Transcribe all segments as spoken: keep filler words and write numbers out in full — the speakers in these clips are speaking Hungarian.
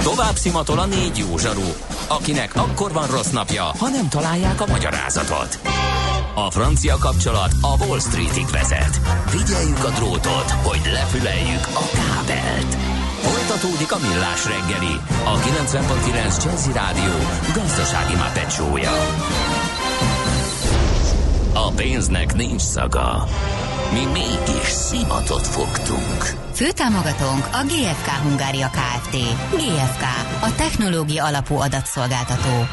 Tovább szimatol a négy jó zsaru, akinek akkor van rossz napja, ha nem találják a magyarázatot. A francia kapcsolat a Wall Streetig vezet. Figyeljük a drótot, hogy lefüleljük a kábelt. Folytatódik a Millás reggeli, a kilencven pont kilenc Jazzy Rádió gazdasági mápecsója. A pénznek nincs szaga. Mi mégis szimatot fogtunk. Főtámogatónk a gé ef ká Hungária Kft. gé ef ká, a technológia alapú adatszolgáltató.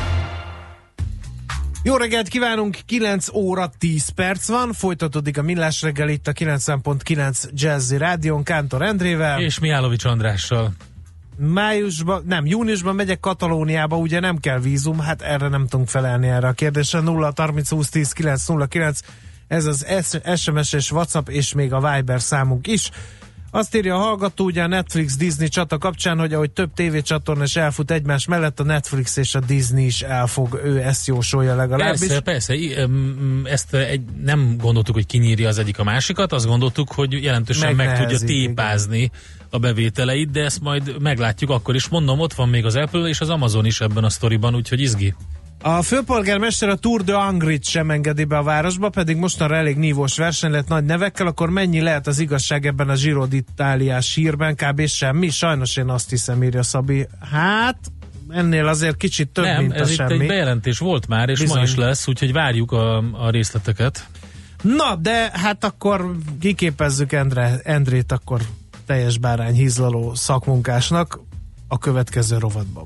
Jó reggelt kívánunk, kilenc óra tíz perc van, folytatódik a Millás reggel itt a kilencven pont kilenc Jazzy Rádión, Kántor Endrével. És Mihálovics Andrással. Májusban, nem, júniusban megyek Katalóniába, ugye nem kell vízum, hát erre nem tudunk felelni erre a kérdésre. Nulla harminc húsz tíz kilenc nulla kilenc, ez az es em es és WhatsApp és még a Viber számunk is. Azt írja a hallgató ugye a Netflix-Disney csata kapcsán, hogy ahogy több tévécsatorna is elfut egymás mellett, a Netflix és a Disney is elfog, ő ezt jósolja legalábbis. Persze, persze, ezt egy, nem gondoltuk, hogy kinyírja az egyik a másikat, azt gondoltuk, hogy jelentősen meg tudja tépázni igen. a bevételeit, de ezt majd meglátjuk akkor is. Mondom, ott van még az Apple és az Amazon is ebben a sztoriban, úgyhogy izgi. A főpolgármester a Tour de Hongrie-t sem engedi be a városba, pedig mostanra elég nívós verseny lett nagy nevekkel, akkor mennyi lehet az igazság ebben a Giro d'Italiás hírben? Kb. Semmi? Sajnos én azt hiszem, írja Szabi. Hát, ennél azért kicsit több, nem, mint a ez semmi. itt egy bejelentés volt már, és bizony. Ma is lesz, úgyhogy várjuk a, a részleteket. Na, de hát akkor kiképezzük Endre, Endrét akkor teljes bárány hízlaló szakmunkásnak a következő rovatban.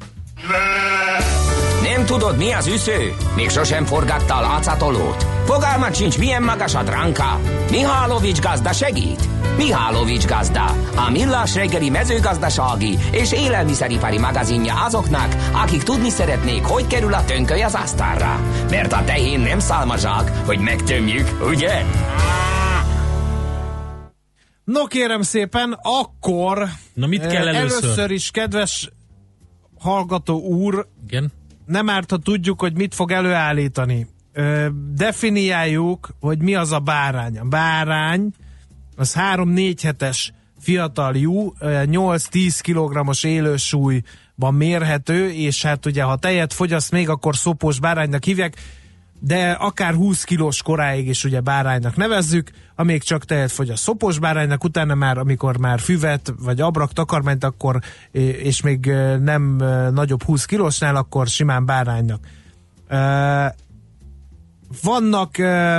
Nem tudod, mi az üsző? Még sosem forgatta a látszatolót? Fogalmat sincs, milyen magas a dránka? Mihálovics gazda segít? Mihálovics gazda, a Millás reggeli mezőgazdasági és élelmiszeripari magazinja azoknak, akik tudni szeretnék, hogy kerül a tönköly az asztalra. Mert a tehén nem szálmazsák, hogy megtömjük, ugye? No kérem szépen, akkor Na mit kell először? Először is, kedves hallgató úr, igen? Nem árt, ha tudjuk, hogy mit fog előállítani. Ö, definiáljuk, hogy mi az a bárány. A bárány az három-négy hetes fiatal jú, nyolc-tíz kilogrammos élősúlyban mérhető, és hát ugye, ha tejet fogyaszt még, akkor szopós báránynak hívják, de akár húsz kilós koráig is ugye báránynak nevezzük, amíg csak tejet fogyaszt szopós báránynak, utána már, amikor már füvet vagy abrak takarmányt, akkor, és még nem nagyobb húsz kilósnál, akkor simán báránynak. Vannak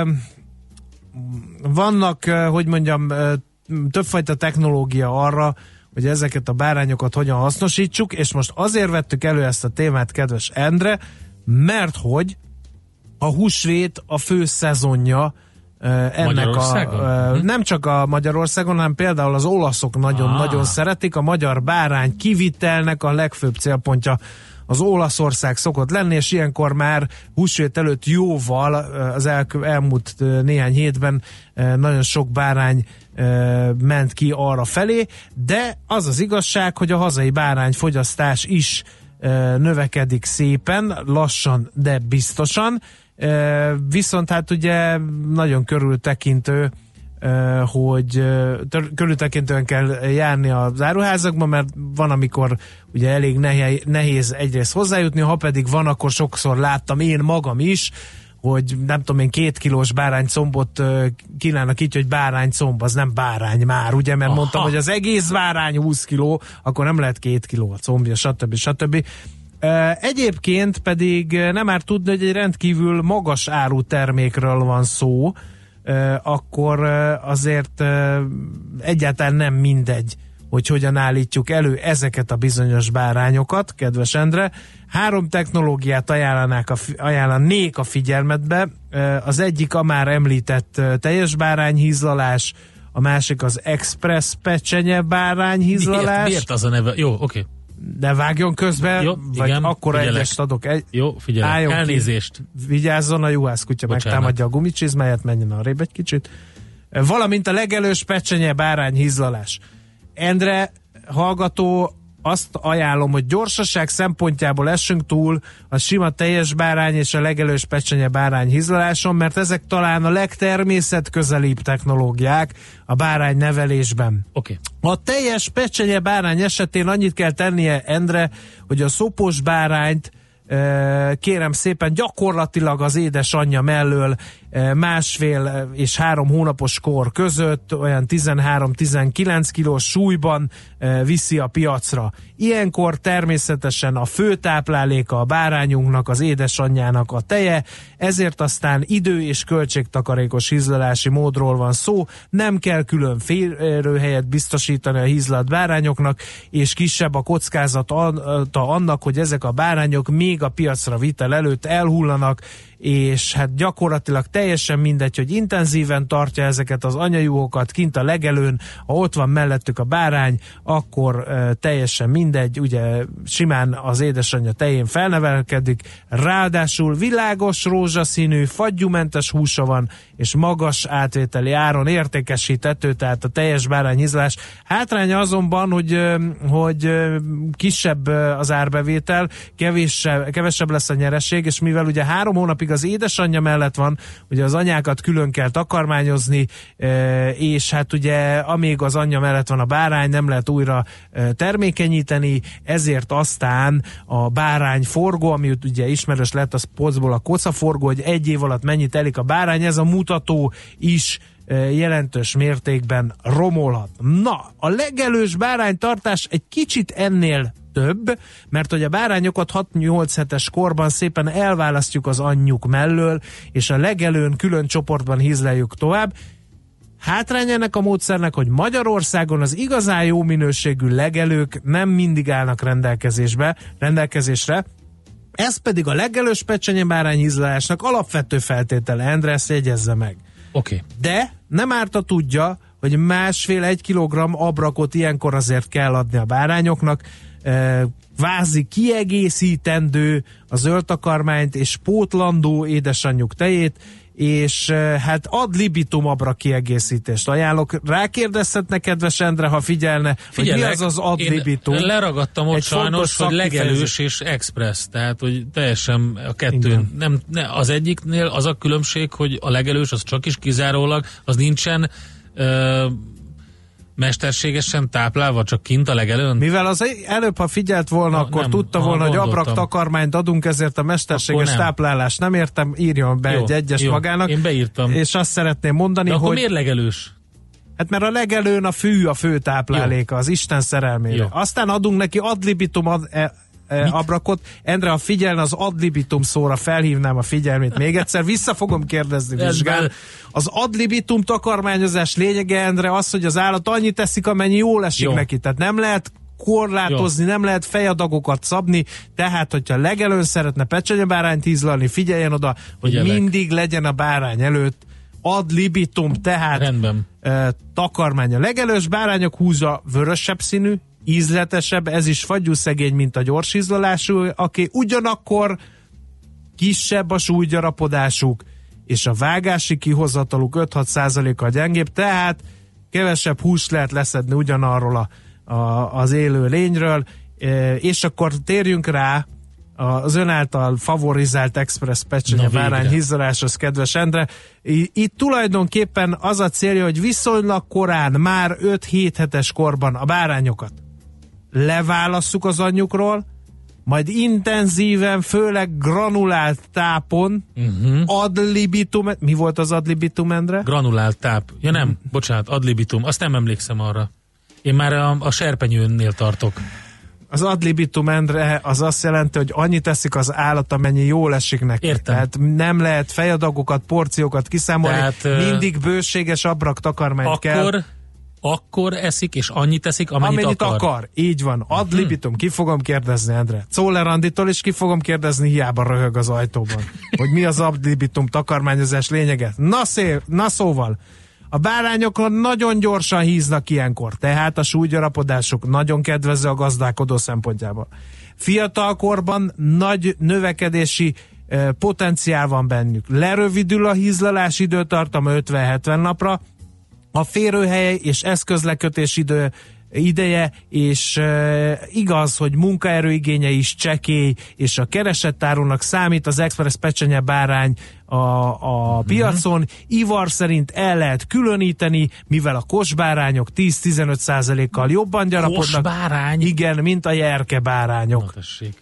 vannak, hogy mondjam, többfajta technológia arra, hogy ezeket a bárányokat hogyan hasznosítsuk, és most azért vettük elő ezt a témát, kedves Endre, mert hogy a húsvét a fő szezonja ennek a, nem csak a Magyarországon, hanem például az olaszok nagyon-nagyon ah. szeretik, a magyar bárány kivitelnek a legfőbb célpontja az Olaszország szokott lenni, és ilyenkor már húsvét előtt jóval az el, elmúlt néhány hétben nagyon sok bárány ment ki arra felé, de az az igazság, hogy a hazai bárányfogyasztás is növekedik szépen, lassan, de biztosan. Viszont hát ugye nagyon körültekintő, hogy körültekintően kell járni az áruházakban, mert van, amikor ugye elég nehéz egyrészt hozzájutni, ha pedig van, akkor sokszor láttam én magam is, hogy nem tudom én, két kilós báránycombot kínálnak így, hogy báránycomb, az nem bárány már, ugye, mert Aha. mondtam, hogy az egész bárány húsz kiló, akkor nem lehet két kiló a combja, stb. stb. Egyébként pedig nem árt tudni, hogy egy rendkívül magas áru termékről van szó, akkor azért egyáltalán nem mindegy, hogy hogyan állítjuk elő ezeket a bizonyos bárányokat, kedves Endre. Három technológiát ajánlanák a, ajánlanék a figyelmetbe. Az egyik a már említett teljes bárányhízlalás, a másik az express pecsenye bárányhízlalás. Miért, miért az a neve? Jó, oké. Okay. De vágjon közbe, jó, vagy igen, akkor egyest adok. Egy, jó, figyelj, elnézést. Ki, vigyázzon, a juhászkutya megtámadja a gumicsizmáját, menjen arrébb egy kicsit. Valamint a legelős pecsenye bárányhízlalás. Endre hallgató azt ajánlom, hogy gyorsaság szempontjából essünk túl a sima teljes bárány és a legelős pecsenye bárány hízlaláson, mert ezek talán a legtermészetközelibb technológiák a bárány nevelésben. Okay. A teljes pecsenye bárány esetén annyit kell tennie, Endre, hogy a szopos bárányt kérem szépen gyakorlatilag az édesanyja mellől másfél és három hónapos kor között olyan tizenhárom-tizenkilenc kilós súlyban viszi a piacra. Ilyenkor természetesen a fő tápláléka a bárányunknak, az édesanyjának a teje, ezért aztán idő- és költségtakarékos hízlalási módról van szó, nem kell külön férőhelyet biztosítani a hízlalt bárányoknak, és kisebb a kockázata annak, hogy ezek a bárányok még a piacra vitel előtt elhullanak, és hát gyakorlatilag teljesen mindegy, hogy intenzíven tartja ezeket az anyajuhokat kint a legelőn, ha ott van mellettük a bárány, akkor e, teljesen mindegy, ugye simán az édesanyja tején felnevelkedik, ráadásul világos rózsaszínű, fagyúmentes húsa van, és magas átvételi áron értékesíthető, tehát a teljes bárányhízlás. Hátránya azonban, hogy, hogy kisebb az árbevétel, kevésebb, kevesebb lesz a nyereség, és mivel ugye három hónapig az édesanyja mellett van, ugye az anyákat külön kell takarmányozni, és hát ugye amíg az anyja mellett van a bárány, nem lehet újra termékenyíteni, ezért aztán a bárány forgó, ami ugye ismerős lett az polcból a kocaforgó, hogy egy év alatt mennyit elik a bárány, ez a mutató is jelentős mértékben romolhat. Na, a legelős báránytartás egy kicsit ennél több, mert hogy a bárányokat hat-nyolc hetes korban szépen elválasztjuk az anyjuk mellől, és a legelőn külön csoportban hízleljük tovább. Hátrány ennek a módszernek, hogy Magyarországon az igazán jó minőségű legelők nem mindig állnak rendelkezésbe, rendelkezésre, ez pedig a legelős pecsenyebárány hízlálásnak alapvető feltétele, Endre, ezt jegyezze meg. Oké. Okay. De nem árt a tudja, hogy másfél-egy kilogramm abrakot ilyenkor azért kell adni a bárányoknak, vázi kiegészítendő a zöld takarmányt és pótlandó édesanyjuk tejét, és hát ad libitum abra kiegészítést ajánlok. Rákérdezhetne, kedves Endre, ha figyelne, Figyelek, hogy mi az az ad libitum. Leragadtam ott egy sajnos, hogy legelős és express, tehát hogy teljesen a kettőn. Nem, ne, az egyiknél az a különbség, hogy a legelős az csak is kizárólag, az nincsen ö, mesterségesen táplálva, csak kint a legelőn? Mivel az előbb, ha figyelt volna, ha, akkor nem, tudta volna, hogy abrak takarmányt adunk, ezért a mesterséges nem. táplálást nem értem, írjon be jó, egy egyes jó, magának. Én beírtam. És azt szeretném mondani, de hogy... akkor miért legelős? Hát mert a legelőn a fű a fő tápláléka, jó. az Isten szerelmére. Jó. Aztán adunk neki ad libitum ad, e, e, abrakot. Endre, ha figyelne az ad libitum szóra, felhívnám a figyelmét még egyszer. Vissza fogom kérdezni, vizsgál. Az ad libitum takarmányozás lényege, Endre, az, hogy az állat annyit teszik, amennyi jól esik jó. neki. Tehát nem lehet korlátozni, jó. nem lehet fejadagokat szabni, tehát hogyha legelőn szeretne pecsenyebárányt hízlalni, figyeljen oda, hogy Figyelek. mindig legyen a bárány előtt ad libitum, tehát e, takarmány. A legelős bárányok húza vörösebb színű, ízletesebb, ez is fagyúszegény, mint a gyors ízlalású, aki ugyanakkor kisebb a súlygyarapodásuk, és a vágási kihozataluk öt-hat százalékkal gyengébb, tehát kevesebb húst lehet leszedni ugyanarról a, a, az élő lényről, e, és akkor térjünk rá az ön által favorizált express pecsenye bárány hízlaláshoz, kedves Endre. Itt tulajdonképpen az a célja, hogy viszonylag korán, már öt-hét hetes korban a bárányokat leválasszuk az anyjukról, majd intenzíven, főleg granulált tápon uh-huh. ad libitum, mi volt az ad libitum, Endre? Granulált táp. Ja nem, uh-huh. bocsánat, ad libitum, azt nem emlékszem arra. Én már a, a serpenyőnél tartok. Az ad libitum, Endre, az azt jelenti, hogy annyit teszik az állat, amennyi jól esik neki. Értem. Tehát nem lehet fejadagokat, porciókat kiszámolni, tehát, mindig bőséges abrak takarmányt akkor, kell. Akkor eszik, és annyit eszik, amennyit, amennyit akar. akar. Így van. Ad hmm. libitum, ki fogom kérdezni, Endre. Czoller Anditól is ki fogom kérdezni, hiába röhög az ajtóban. Hogy mi az ad libitum takarmányozás lényege. Na, szél, na szóval, a bárányokon nagyon gyorsan híznak ilyenkor, tehát a súlygyarapodásuk nagyon kedvező a gazdálkodó szempontjából. Fiatalkorban nagy növekedési eh, potenciál van bennük. Lerövidül a hízlalás időtartama ötven-hetven napra, a férőhely és eszközlekötés idő ideje, és e, igaz, hogy munkaerőigénye is csekély, és a keresettárónak számít az express pecsenye bárány a, a piacon. Uh-huh. Ivar szerint el lehet különíteni, mivel a kosbárányok tíz-tizenöt százalékkal jobban gyarapodnak. Kosbárány? Igen, mint a jerke bárányok.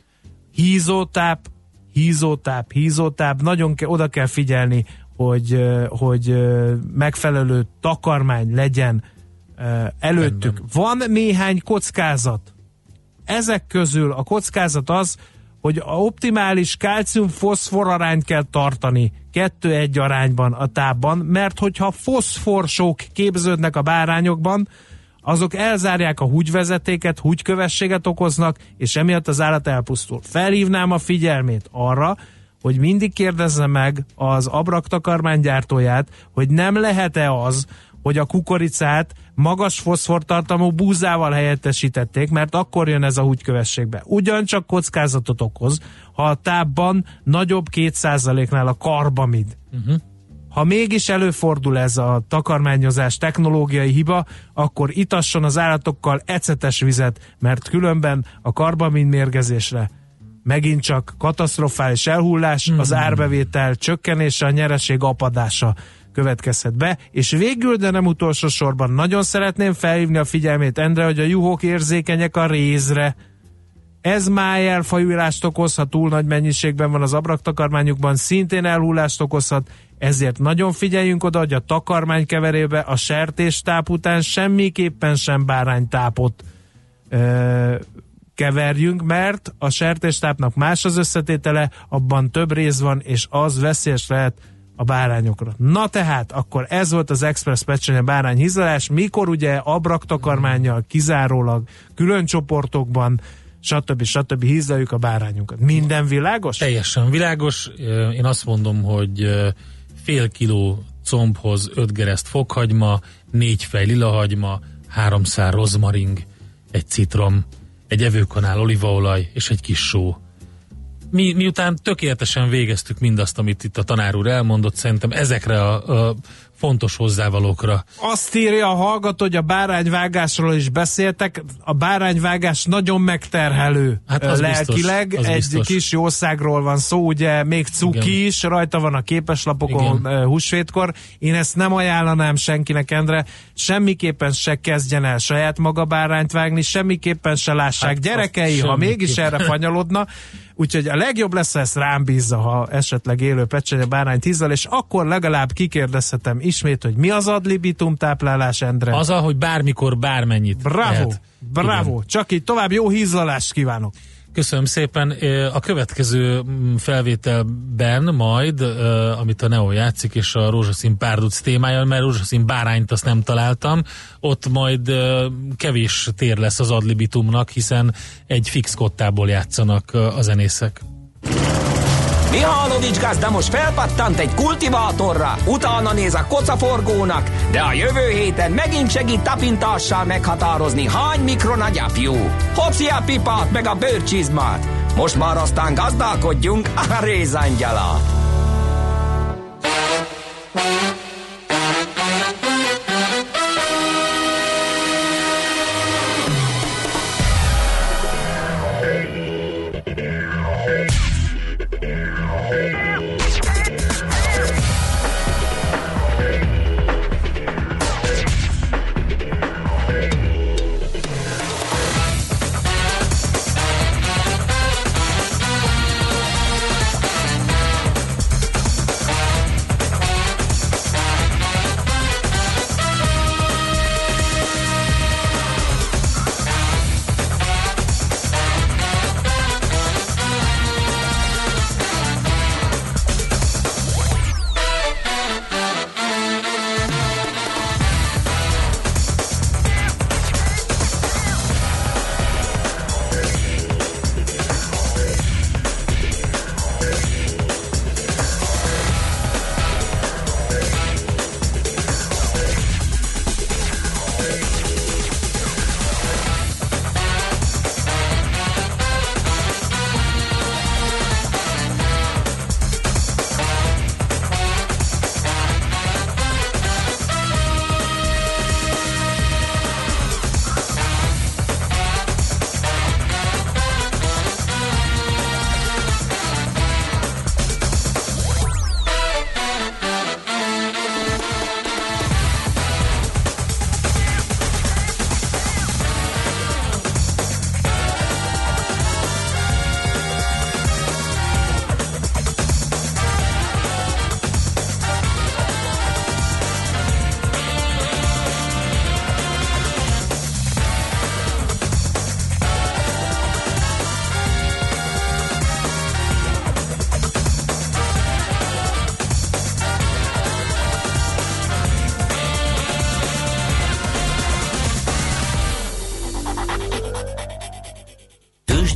Hízótáp, hízótáp, hízótáp, nagyon ke- oda kell figyelni, hogy, hogy megfelelő takarmány legyen előttük. Rendben. Van néhány kockázat. Ezek közül a kockázat az, hogy a optimális kálcium-foszfor arányt kell tartani kettő egy arányban a tápban, mert hogyha foszforsók képződnek a bárányokban, azok elzárják a húgyvezetéket, húgykövességet okoznak, és emiatt az állat elpusztul. Felhívnám a figyelmét arra, hogy mindig kérdezze meg az abraktakarmánygyártóját, hogy nem lehet-e az, hogy a kukoricát magas foszfortartalmú búzával helyettesítették, mert akkor jön ez a húgykövességbe. Ugyancsak kockázatot okoz, ha a tápban nagyobb két százaléknál a karbamid. Uh-huh. Ha mégis előfordul ez a takarmányozás technológiai hiba, akkor itasson az állatokkal ecetes vizet, mert különben a karbamid mérgezésre megint csak katasztrofális elhullás, mm. az árbevétel csökkenése, a nyereség apadása következhet be, és végül, de nem utolsó sorban nagyon szeretném felhívni a figyelmét, Endre, hogy a juhok érzékenyek a rézre. Ez májelfajulást okoz, ha túl nagy mennyiségben van az abraktakarmányukban, szintén elhullást okozhat, ezért nagyon figyeljünk oda, hogy a takarmánykeverőbe a sertéstáp után semmiképpen sem báránytápot ö, keverjünk, mert a sertéstápnak más az összetétele, abban több rész van, és az veszélyes lehet a bárányokra. Na tehát, akkor ez volt az Express pecsenye bárány hízlalás, mikor ugye abraktakarmánnyal kizárólag külön csoportokban stb. stb. Hízlaljuk a bárányunkat. Minden világos? Teljesen világos. Én azt mondom, hogy fél kiló combhoz öt gereszt fokhagyma, négy fej lilahagyma, három szár rozmaring, egy citrom, egy evőkanál olívaolaj és egy kis só. Mi, miután tökéletesen végeztük mindazt, amit itt a tanár úr elmondott, szerintem ezekre a, a fontos hozzávalókra. Azt írja a hallgató, hogy a bárányvágásról is beszéltek. A bárányvágás nagyon megterhelő hát az lelkileg. Biztos, az Egy biztos. Kis jószágról van szó, ugye még cuki Igen. is, rajta van a képeslapokon Igen. húsvétkor. Én ezt nem ajánlanám senkinek, Endre. Semmiképpen se kezdjen el saját maga bárányt vágni, semmiképpen se lássák hát gyerekei, ha mégis erre fanyalodna. Úgyhogy a legjobb lesz, ha ezt rám bízza, ha esetleg élő pecsenye bárányt hízzal, és akkor legalább kikérdezhetem ismét, hogy mi az ad libitum táplálás, Endre? Az, hogy bármikor bármennyit Bravo, lehet. bravo. Igen. Csak így tovább jó hízlalást kívánok. Köszönöm szépen. A következő felvételben majd, amit a Neo játszik, és a rózsaszín párduc témája, mert rózsaszín bárányt azt nem találtam, ott majd kevés tér lesz az adlibitumnak, hiszen egy fix kottából játszanak a zenészek. Mihálovics gazda most felpattant egy kultivátorra, utána néz a kocaforgónak, de a jövő héten megint segít tapintással meghatározni, hány mikron a gyapjú. Hopszi a pipát meg a bőrcsizmát. Most már aztán gazdálkodjunk a rézangyala.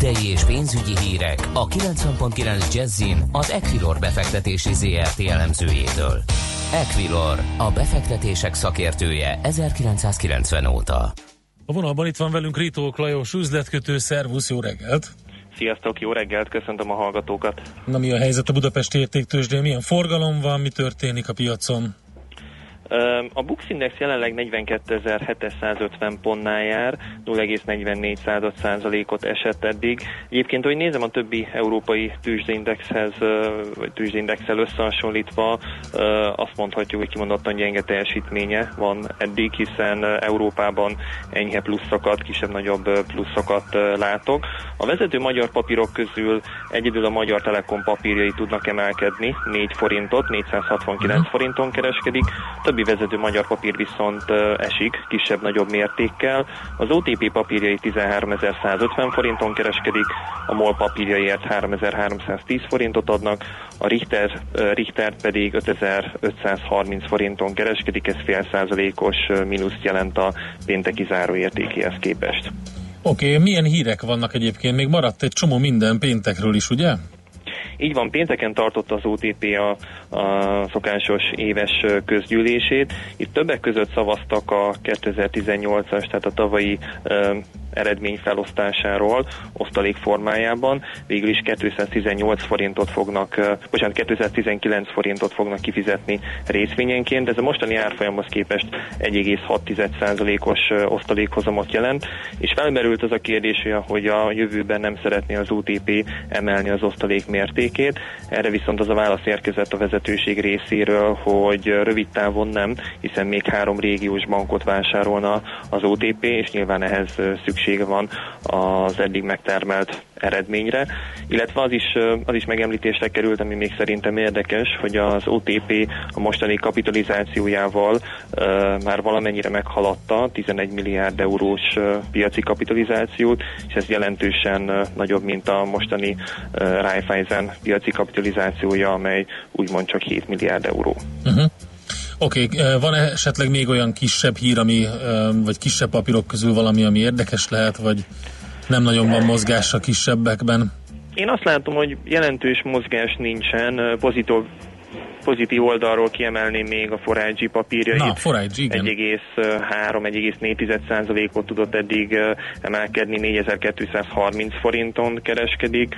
Tőzsdei és pénzügyi hírek a kilencven pont kilenc Jazzin az Equilor befektetési zé er té elemzőjétől. Equilor, a befektetések szakértője ezerkilencszázkilencven óta. A vonalban itt van velünk Ritóth Lajos, üzletkötő. Szervusz, jó reggelt! Sziasztok, jó reggelt, köszöntöm a hallgatókat! Na, mi a helyzet a Budapesti Értéktőzsdén? Milyen forgalom van, mi történik a piacon? A Bux Index jelenleg negyvenkétezer-hétszázötven pontnál jár, nulla egész negyvennégy százalékot esett eddig. Egyébként, hogy nézem a többi európai tőzsdeindexhez, vagy tőzsdeindexel összehasonlítva, azt mondhatjuk, hogy kimondottan gyenge teljesítménye van eddig, hiszen Európában enyhe pluszokat, kisebb-nagyobb pluszokat látok. A vezető magyar papírok közül egyedül a Magyar Telekom papírjai tudnak emelkedni, négy forintot, négyszázhatvankilenc forinton kereskedik, többi vezető magyar papír viszont esik kisebb-nagyobb mértékkel. Az o té pé papírjai tizenháromezer-százötven forinton kereskedik, a MOL papírjaiért háromezer-háromszáztíz forintot adnak, a Richter, Richter pedig ötezer-ötszázharminc forinton kereskedik, ez fél százalékos mínuszt jelent a pénteki záróértékéhez képest. Oké, okay, milyen hírek vannak egyébként? Még maradt egy csomó minden péntekről is, ugye? Így van, pénteken tartotta az o té pé a, a szokásos éves közgyűlését. Itt többek között szavaztak a kétezer-tizennyolcas, tehát a tavalyi uh, eredmény felosztásáról osztalék formájában. Végül is kétszáztizennyolc forintot fognak, uh, bocsánat, kétszáztizenkilenc forintot fognak kifizetni részvényenként. Ez a mostani árfolyamhoz képest egy egész hat százalékos osztalékhozamot jelent, és felmerült az a kérdés, hogy a jövőben nem szeretné az o té pé emelni az osztalék mértékét. Erre viszont az a válasz érkezett a vezetőség részéről, hogy rövid távon nem, hiszen még három régiós bankot vásárolna az o té pé, és nyilván ehhez szüksége van az eddig megtermelt eredményre, illetve az is, az is megemlítésre került, ami még szerintem érdekes, hogy az o té pé a mostani kapitalizációjával uh, már valamennyire meghaladta tizenegy milliárd eurós uh, piaci kapitalizációt, és ez jelentősen uh, nagyobb, mint a mostani uh, Raiffeisen piaci kapitalizációja, amely úgymond csak hét milliárd euró. Uh-huh. Oké, okay. Van esetleg még olyan kisebb hír, ami, vagy kisebb papírok közül valami, ami érdekes lehet, vagy nem nagyon van mozgás a kisebbekben? Én azt látom, hogy jelentős mozgás nincsen, pozitív, pozitív oldalról kiemelném még a Forágyi papírjait. Na, Forágyi, igen. egy egész három - egy egész négy százalékot tudott eddig emelkedni, négyezer-kétszázharminc forinton kereskedik.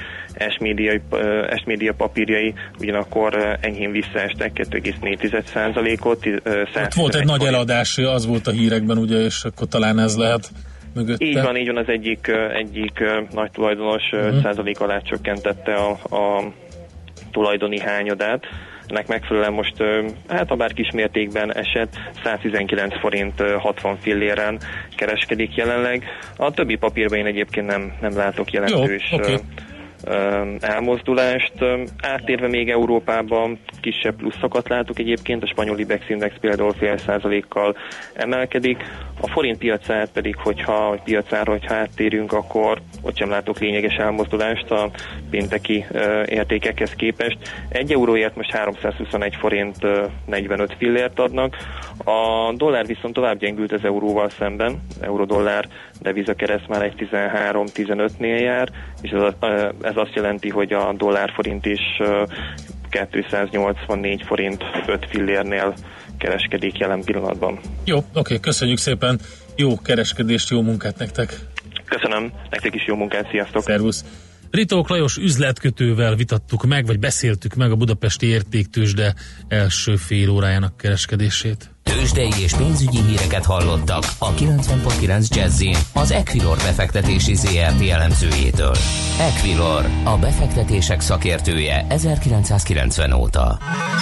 S-média papírjai ugyanakkor enyhén visszaestek, kettő egész négy százalékot. Ott volt egy nagy eladás, az volt a hírekben, ugye, és akkor talán ez lehet mögötte. Így van, így van, az egyik, egyik nagy tulajdonos uh-huh. százalék alá csökkentette a, a tulajdoni hányadát. Ennek megfelelően most, hát ha bár kismértékben esett, száztizenkilenc forint hatvan filléren kereskedik jelenleg. A többi papírban én egyébként nem, nem látok jelentős Jó, okay. elmozdulást. Áttérve még Európában kisebb pluszokat látok egyébként, a spanyol Ibex Index például fél százalékkal emelkedik, a forint piacát pedig, hogyha a piacára, hogyha áttérünk, akkor ott sem látok lényeges elmozdulást a pénteki értékekhez képest. Egy euróért most háromszázhuszonegy forint negyvenöt fillért adnak, a dollár viszont tovább gyengült az euróval szemben, euró-dollár devizakereszt már egy tizenhárom tizenötnél jár, és ez, ez azt jelenti, hogy a dollár-forint is kétszáznyolcvannégy forint öt fillérnél kereskedik jelen pillanatban. Jó, oké, köszönjük szépen, jó kereskedést, jó munkát nektek! Köszönöm, nektek is jó munkát, sziasztok! Szervusz! Ritóth Lajos üzletkötővel vitattuk meg, vagy beszéltük meg a Budapesti Értéktőzsde első fél órájának kereskedését. Tőzsdei és pénzügyi híreket hallottak a kilencven pont kilenc Jazzin az Equilor befektetési zé er té elemzőjétől. Equilor, a befektetések szakértője ezerkilencszázkilencven óta.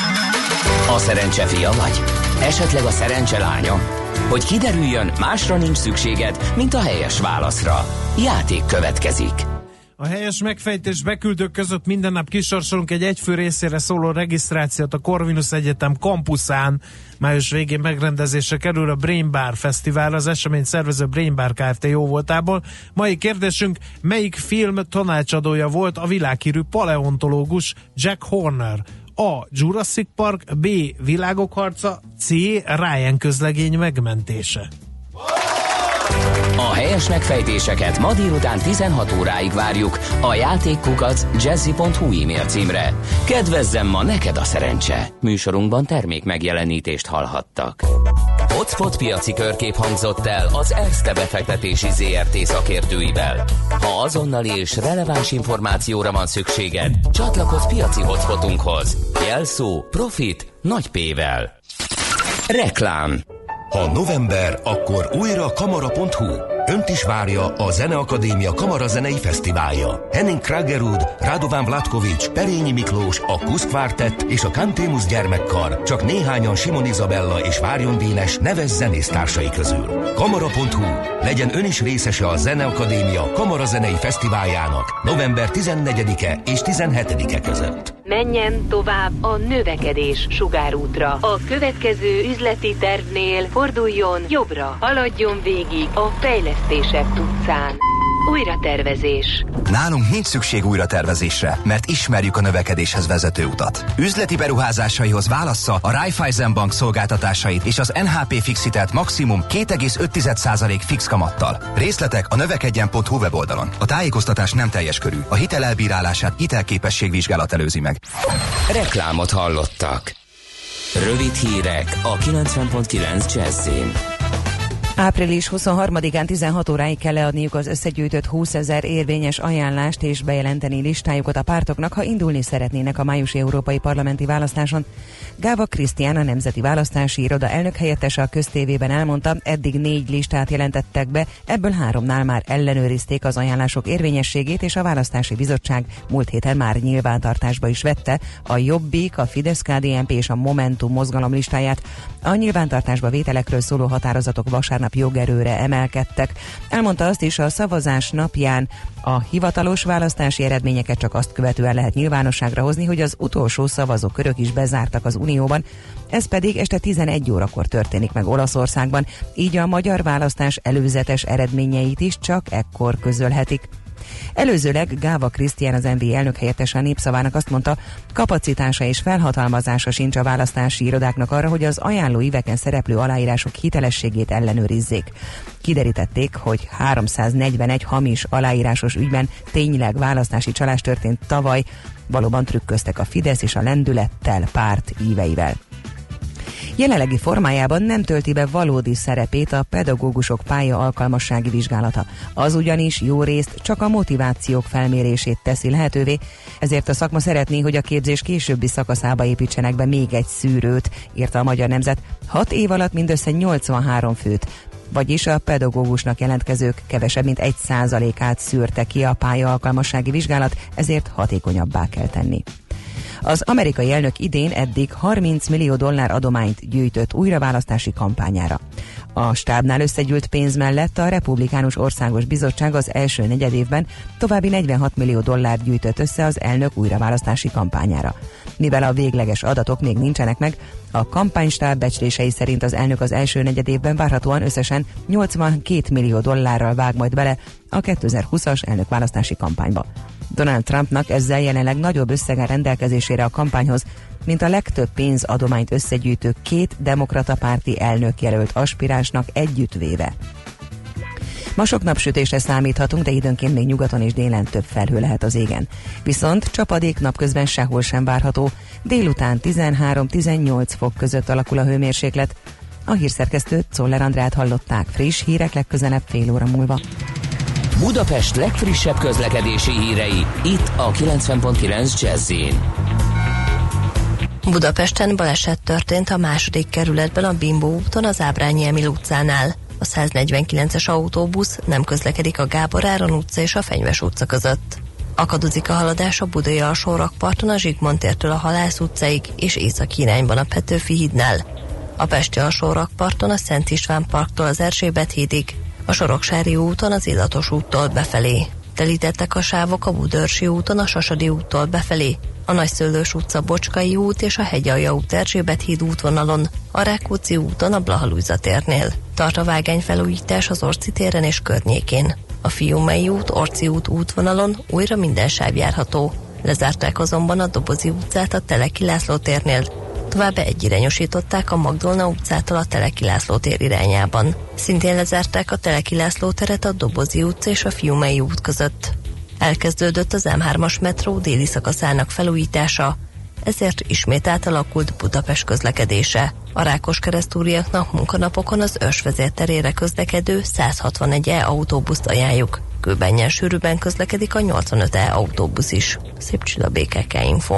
A szerencse fia vagy? Esetleg a szerencse lánya? Hogy kiderüljön, másra nincs szükséged, mint a helyes válaszra. Játék következik. A helyes megfejtés beküldők között minden nap kisorsolunk egy egyfő részére szóló regisztrációt a Corvinus Egyetem kampuszán. Május végén megrendezésre kerül a Brain Bar Fesztivál, az esemény szervező Brain Bar Kft. Jó voltából. Mai kérdésünk, melyik film tanácsadója volt a világhírű paleontológus Jack Horner? A. Jurassic Park, B. Világok harca, C. Ryan közlegény megmentése. A helyes megfejtéseket ma délután tizenhat óráig várjuk a játékkukac jazzy pont hu e-mail címre. Kedvezzem ma neked a szerencse! Műsorunkban termék megjelenítést hallhattak. Hotspot piaci körkép hangzott el az Erste befektetési zé er té szakértőivel. Ha azonnali és releváns információra van szükséged, csatlakozz piaci hotspotunkhoz. Jelszó Profit nagy P-vel. Reklám. Ha november, akkor újra kamara pont hu. Önt is várja a Zeneakadémia Kamarazenei Fesztiválja. Henning Kragerud, Radovan Vlatkovics, Perényi Miklós, a Kusz Kvártett és a Cantémus gyermekkar csak néhányan Simon Izabella és Várjon Dénes neves zenésztársai közül. kamara pont hu. Legyen ön is részese a Zeneakadémia Kamarazenei Fesztiváljának november tizennegyedike és tizenhetedike között. Menjen tovább a növekedés sugárútra. A következő üzleti tervnél forduljon jobbra. Haladjon végig a fejlesztések utcán. Újratervezés. Nálunk nincs szükség újratervezésre, mert ismerjük a növekedéshez vezető utat. Üzleti beruházásaihoz válassza a Raiffeisen Bank szolgáltatásait és az en há pé Fixitelt maximum két egész öt százalék fix kamattal. Részletek a növekedjen pont hu weboldalon. A tájékoztatás nem teljes körű. A hitel elbírálását hitelképességvizsgálat előzi meg. Reklámot hallottak. Rövid hírek a kilencven pont kilenc Jazzin. április huszonharmadikán tizenhat óráig kell leadniuk az összegyűjtött húszezer érvényes ajánlást és bejelenteni listájukat a pártoknak, ha indulni szeretnének a májusi európai parlamenti választáson. Gáva Krisztián, a Nemzeti Választási Iroda elnök helyettese a köztévében elmondta, eddig négy listát jelentettek be, ebből háromnál már ellenőrizték az ajánlások érvényességét, és a Választási Bizottság múlt héten már nyilvántartásba is vette a Jobbik, a Fidesz-ká dé en pé és a Momentum mozgalom listáját. A nyilvántartásba vételekről szóló határozatok vasárnap jogerőre emelkedtek. Elmondta azt is, a szavazás napján a hivatalos választási eredményeket csak azt követően lehet nyilvánosságra hozni, hogy az utolsó szavazókörök is bezártak az Unióban, ez pedig este tizenegy órakor történik meg Olaszországban, így a magyar választás előzetes eredményeit is csak ekkor közölhetik. Előzőleg Gáva Krisztián, az em vé elnök helyettese a Népszavának azt mondta, kapacitása és felhatalmazása sincs a választási irodáknak arra, hogy az ajánló íveken szereplő aláírások hitelességét ellenőrizzék. Kiderítették, hogy háromszáznegyvenegy hamis aláírásos ügyben tényleg választási csalás történt tavaly, valóban trükköztek a Fidesz és a Lendülettel párt íveivel. Jelenlegi formájában nem tölti be valódi szerepét a pedagógusok pálya alkalmassági vizsgálata. Az ugyanis jó részt csak a motivációk felmérését teszi lehetővé, ezért a szakma szeretné, hogy a képzés későbbi szakaszába építsenek be még egy szűrőt, írta a Magyar Nemzet. Hat év alatt mindössze nyolcvanhárom főt, vagyis a pedagógusnak jelentkezők kevesebb mint egy százalékát szűrte ki a pálya alkalmassági vizsgálat, ezért hatékonyabbá kell tenni. Az amerikai elnök idén eddig harminc millió dollár adományt gyűjtött újraválasztási kampányára. A stábnál összegyűlt pénz mellett a Republikánus Országos Bizottság az első negyedévben további negyvenhat millió dollárt gyűjtött össze az elnök újraválasztási kampányára. Mivel a végleges adatok még nincsenek meg, a kampánystáb becslései szerint az elnök az első negyedévben várhatóan összesen nyolcvankét millió dollárral vág majd bele a kétezer-húszas elnökválasztási kampányba. Donald Trumpnak ezzel jelenleg nagyobb összegen rendelkezésére a kampányhoz, mint a legtöbb pénzadományt összegyűjtő két demokrata párti elnökjelölt aspiránsnak együttvéve. Ma sok napsütésre számíthatunk, de időnként még nyugaton és délen több felhő lehet az égen. Viszont csapadék napközben sehol sem várható, délután tizenhárom-tizennyolc fok között alakul a hőmérséklet. A hírszerkesztőt, Czoller Andrát hallották, friss hírek legközelebb fél óra múlva. Budapest legfrissebb közlekedési hírei, itt a kilencven pont kilenc Jazzin. Budapesten baleset történt a második kerületben a Bimbó úton az Ábrányi Emil utcánál. A száznegyvenkilences autóbusz nem közlekedik a Gábor Áron utca és a Fenyves utca között. Akadozik a haladás a Budai alsórakparton a Zsigmond tértől a Halász utcáig és északi irányban a Petőfi hídnál. A Pesti alsórakparton a Szent István parktól az Erzsébet hídig, a Soroksári úton az Illatos úttól befelé. Telítettek a sávok a Budörsi úton a Sasadi úttól befelé, a Nagyszőlős utca Bocskai út és a Hegyalja út Erzsébet híd útvonalon, a Rákóczi úton a Blaha Lujza térnél. Tart a vágányfelújítás az Orci téren és környékén. A Fiumei út, Orci út útvonalon újra minden sáv járható. Lezárták azonban a Dobozi utcát a Teleki László térnél, Továbbá egyirányosították a Magdolna utcától a Teleki László tér irányában. Szintén lezárták a Teleki László teret a Dobozi utca és a Fiumei út között. Elkezdődött az em hármas metró déli szakaszának felújítása, ezért ismét átalakult Budapest közlekedése. A Rákoskeresztúriaknak munkanapokon az Örs vezérterére közlekedő száz hatvanegy E autóbuszt ajánljuk. Kőbennyel sűrűben közlekedik a nyolcvanöt E autóbusz is. Szép Csilla, bé ká ká Info.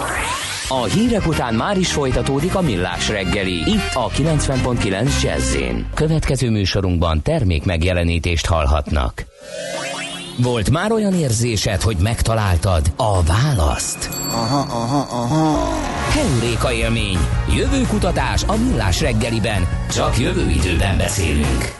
A hírek után már is folytatódik a Millás reggeli, itt a kilencven pont kilenc Jazz-én. Következő műsorunkban termék megjelenítést hallhatnak. Volt már olyan érzésed, hogy megtaláltad a választ? Aha, aha, aha. Heuréka élmény, jövőkutatás a Millás reggeliben, csak jövő időben beszélünk.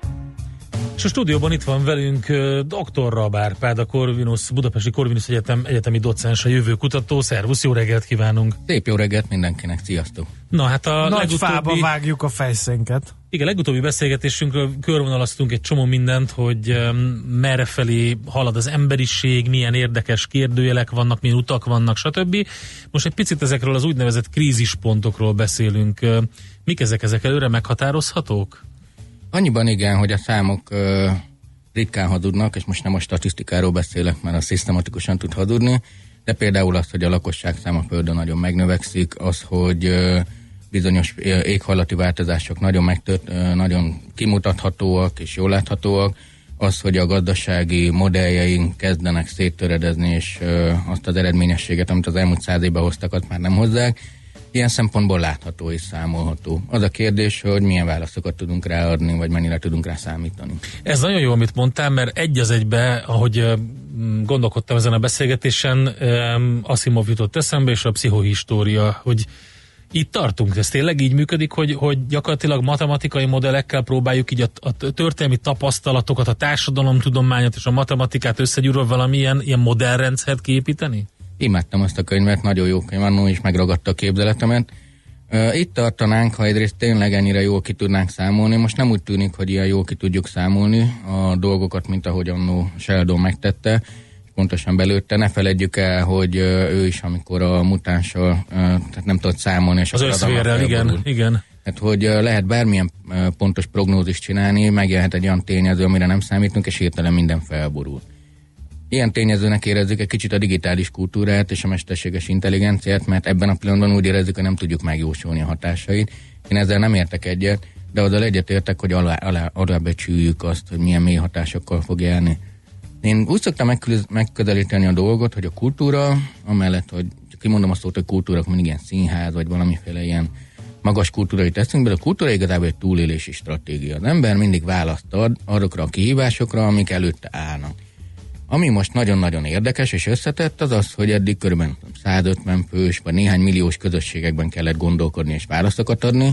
És a stúdióban itt van velünk dr. Rab Árpád, a Corvinus, Budapesti Corvinus Egyetem egyetemi docens, a jövőkutató. Szervusz, jó reggelt kívánunk! Szép jó reggelt mindenkinek, sziasztok! Na hát a nagy legutóbbi... fába vágjuk a fejszénket. Igen, legutóbbi beszélgetésünkről körvonalaztunk egy csomó mindent, hogy um, merre felé halad az emberiség, milyen érdekes kérdőjelek vannak, milyen utak vannak, stb. Most egy picit ezekről az úgynevezett krízispontokról beszélünk. Mik ezek? Ezek előre meghatározhatók? Annyiban igen, hogy a számok uh, ritkán hazudnak, és most nem a statisztikáról beszélek, mert a szisztematikusan tud hazudni, de például az, hogy a lakosság száma Földön nagyon megnövekszik, az, hogy uh, bizonyos éghajlati változások nagyon megtört, nagyon kimutathatóak és jól láthatóak, az, hogy a gazdasági modelljeink kezdenek széttöredezni, és azt az eredményességet, amit az elmúlt száz évben hoztak, azt már nem hozzák. Ilyen szempontból látható és számolható. Az a kérdés, hogy milyen válaszokat tudunk ráadni, vagy mennyire tudunk rá számítani. Ez nagyon jó, amit mondtál, mert egy az egybe, ahogy gondolkodtam ezen a beszélgetésen, Asimov jutott eszembe, és a pszichohistória, hogy itt tartunk, ez tényleg így működik, hogy, hogy gyakorlatilag matematikai modellekkel próbáljuk így a, a történelmi tapasztalatokat, a társadalomtudományot és a matematikát összegyúrva valamilyen ilyen modellrendszert kiépíteni? Imádtam azt a könyvet, nagyon jó könyv, annó is megragadta a képzeletemet. Itt tartanánk, ha egyrészt tényleg ennyire jól ki tudnánk számolni. Most nem úgy tűnik, hogy ilyen jól ki tudjuk számolni a dolgokat, mint ahogy annó Sheldon megtette, pontosan belőtte. Ne feledjük el, hogy ő is, amikor a mutánssal tehát nem tudott számolni. És az összvérrel, igen, igen. Tehát, hogy lehet bármilyen pontos prognózist csinálni, megjelenhet egy olyan tényező, amire nem számítunk, és hirtelen minden felborul. Ilyen tényezőnek érezzük egy kicsit a digitális kultúrát és a mesterséges intelligenciát, mert ebben a pillanatban úgy érezzük, hogy nem tudjuk megjósolni a hatásait. Én ezzel nem értek egyet, de azzal egyet értek, hogy alá, alá, alábecsüljük azt, hogy milyen mély hatásokkal fog járni. Én úgy szoktam megközelíteni a dolgot, hogy a kultúra, amellett, hogy kimondom azt, hogy kultúra, akkor mindig ilyen színház, vagy valamiféle ilyen magas kultúrai teszünk, de a kultúra igazából egy túlélési stratégia. Az ember mindig választ ad azokra a kihívásokra, amik előtte állnak. Ami most nagyon-nagyon érdekes és összetett, az az, hogy eddig kb. százötven fős vagy néhány milliós közösségekben kellett gondolkodni és válaszokat adni.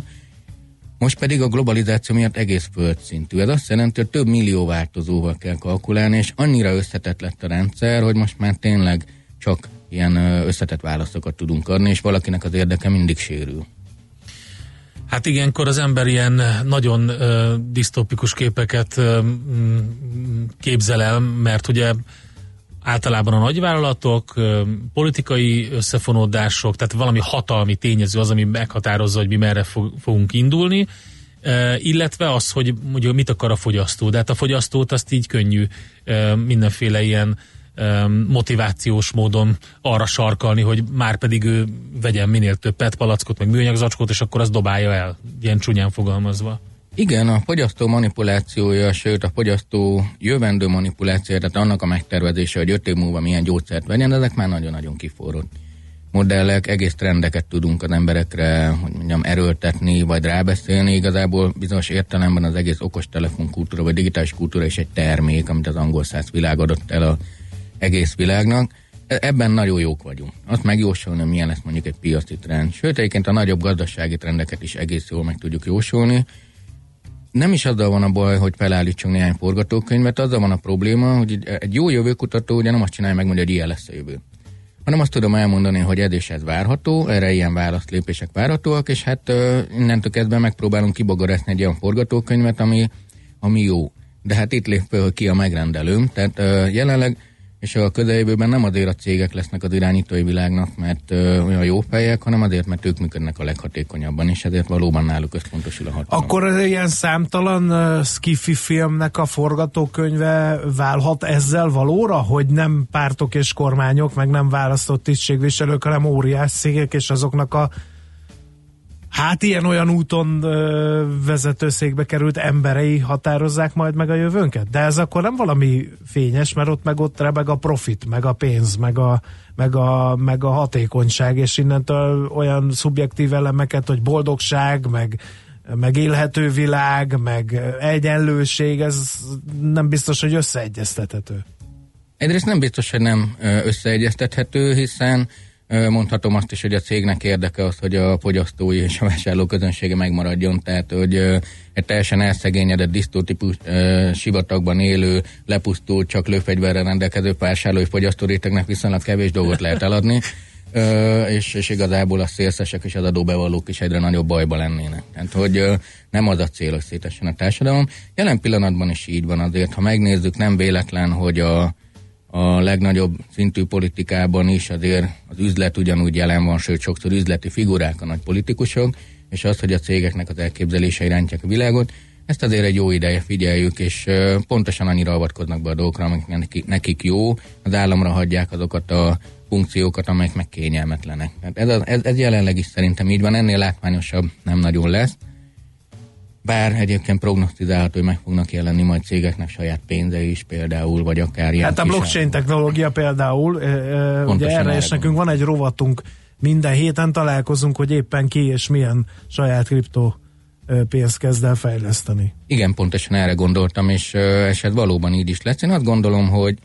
Most pedig a globalizáció miatt egész földszintű. Ez azt jelenti, hogy több millió változóval kell kalkulálni, és annyira összetett lett a rendszer, hogy most már tényleg csak ilyen összetett válaszokat tudunk adni, és valakinek az érdeke mindig sérül. Hát ilyenkor az ember ilyen nagyon uh, disztópikus képeket uh, képzel el, mert ugye általában a nagyvállalatok, uh, politikai összefonódások, tehát valami hatalmi tényező az, ami meghatározza, hogy mi merre fog, fogunk indulni, uh, illetve az, hogy mondjuk mit akar a fogyasztó. De hát a fogyasztót azt így könnyű uh, mindenféle ilyen motivációs módon arra sarkalni, hogy már pedig ő vegyen minél több pé é té palackot, meg műanyag zacskót, és akkor azt dobálja el, ilyen csúnyán fogalmazva. Igen, a fogyasztó manipulációja, sőt a fogyasztó jövendő manipulációja, tehát annak a megtervezése, hogy öt év múlva milyen gyógyszert vegyen, ezek már nagyon-nagyon kiforrott modellek, egész trendeket tudunk az emberekre, hogy mondjam, erőltetni, vagy rábeszélni. Igazából bizonyos értelemben az egész okostelefon kultúra, vagy digitális kultúra is egy termék, amit az angol száz világ adott el a egész világnak. Ebben nagyon jók vagyunk. Azt megjósolni, milyen lesz mondjuk egy piaci trend. Sőt, egyébként a nagyobb gazdasági trendeket is egész jól meg tudjuk jósolni. Nem is azzal van a baj, hogy felállítsunk néhány forgatókönyvet, azzal van a probléma, hogy egy jó jövőkutató ugye nem azt csinálja meg, hogy ilyen lesz a jövő. Hanem azt tudom elmondani, hogy ez és ez várható, erre ilyen választlépések várhatóak, és hát uh, innentől kezdve megpróbálunk kibogarászni egy olyan forgatókönyvet, ami, ami jó. De hát itt lép fel, hogy ki a megrendelőm, tehát uh, jelenleg és a közeljövőben nem azért a cégek lesznek az irányítói világnak, mert ö, olyan jó fejek, hanem azért, mert ők működnek a leghatékonyabban, és ezért valóban náluk összpontosul a hatalom. Akkor ez ilyen számtalan uh, skifi filmnek a forgatókönyve válhat ezzel valóra, hogy nem pártok és kormányok, meg nem választott tisztségviselők, hanem óriás cégek, és azoknak a hát ilyen-olyan úton ö, vezetőszékbe került emberei határozzák majd meg a jövőnket? De ez akkor nem valami fényes, mert ott meg ott rebeg a profit, meg a pénz, meg a, meg a, meg a hatékonyság, és innentől olyan szubjektív elemeket, hogy boldogság, meg, meg élhető világ, meg egyenlőség, ez nem biztos, hogy összeegyeztethető. Egyrészt nem biztos, hogy nem összeegyeztethető, hiszen mondhatom azt is, hogy a cégnek érdeke az, hogy a fogyasztói és a vásárló közönsége megmaradjon, tehát hogy egy teljesen elszegényedett disztótípus sivatagban élő, lepusztult, csak lőfegyverrel rendelkező vásárlói fogyasztórétegnek viszonylag kevés dolgot lehet eladni, és, és igazából a szélszesek és az adóbevallók is egyre nagyobb bajba lennének. Tehát, hogy nem az a cél, hogy szétessen a társadalom. Jelen pillanatban is így van azért, ha megnézzük, nem véletlen, hogy a a legnagyobb szintű politikában is azért az üzlet ugyanúgy jelen van, sőt sokszor üzleti figurák a nagy politikusok, és az, hogy a cégeknek az elképzelése irányítják a világot, ezt azért egy jó ideje figyeljük, és pontosan annyira avatkoznak be a dolgokra, amik nekik jó, az államra hagyják azokat a funkciókat, amelyek meg kényelmetlenek. Tehát ez, ez, ez jelenleg is szerintem így van, ennél látványosabb nem nagyon lesz. Bár egyébként prognosztizálható, hogy meg fognak jelenni majd cégeknek saját pénzei is például, vagy akár ilyen. Hát a blockchain technológia például, ugye erre és nekünk van egy rovatunk, minden héten találkozunk, hogy éppen ki és milyen saját kriptó pénzt kezd el fejleszteni. Igen, pontosan erre gondoltam, és, és ez valóban így is lesz. Én azt gondolom, hogy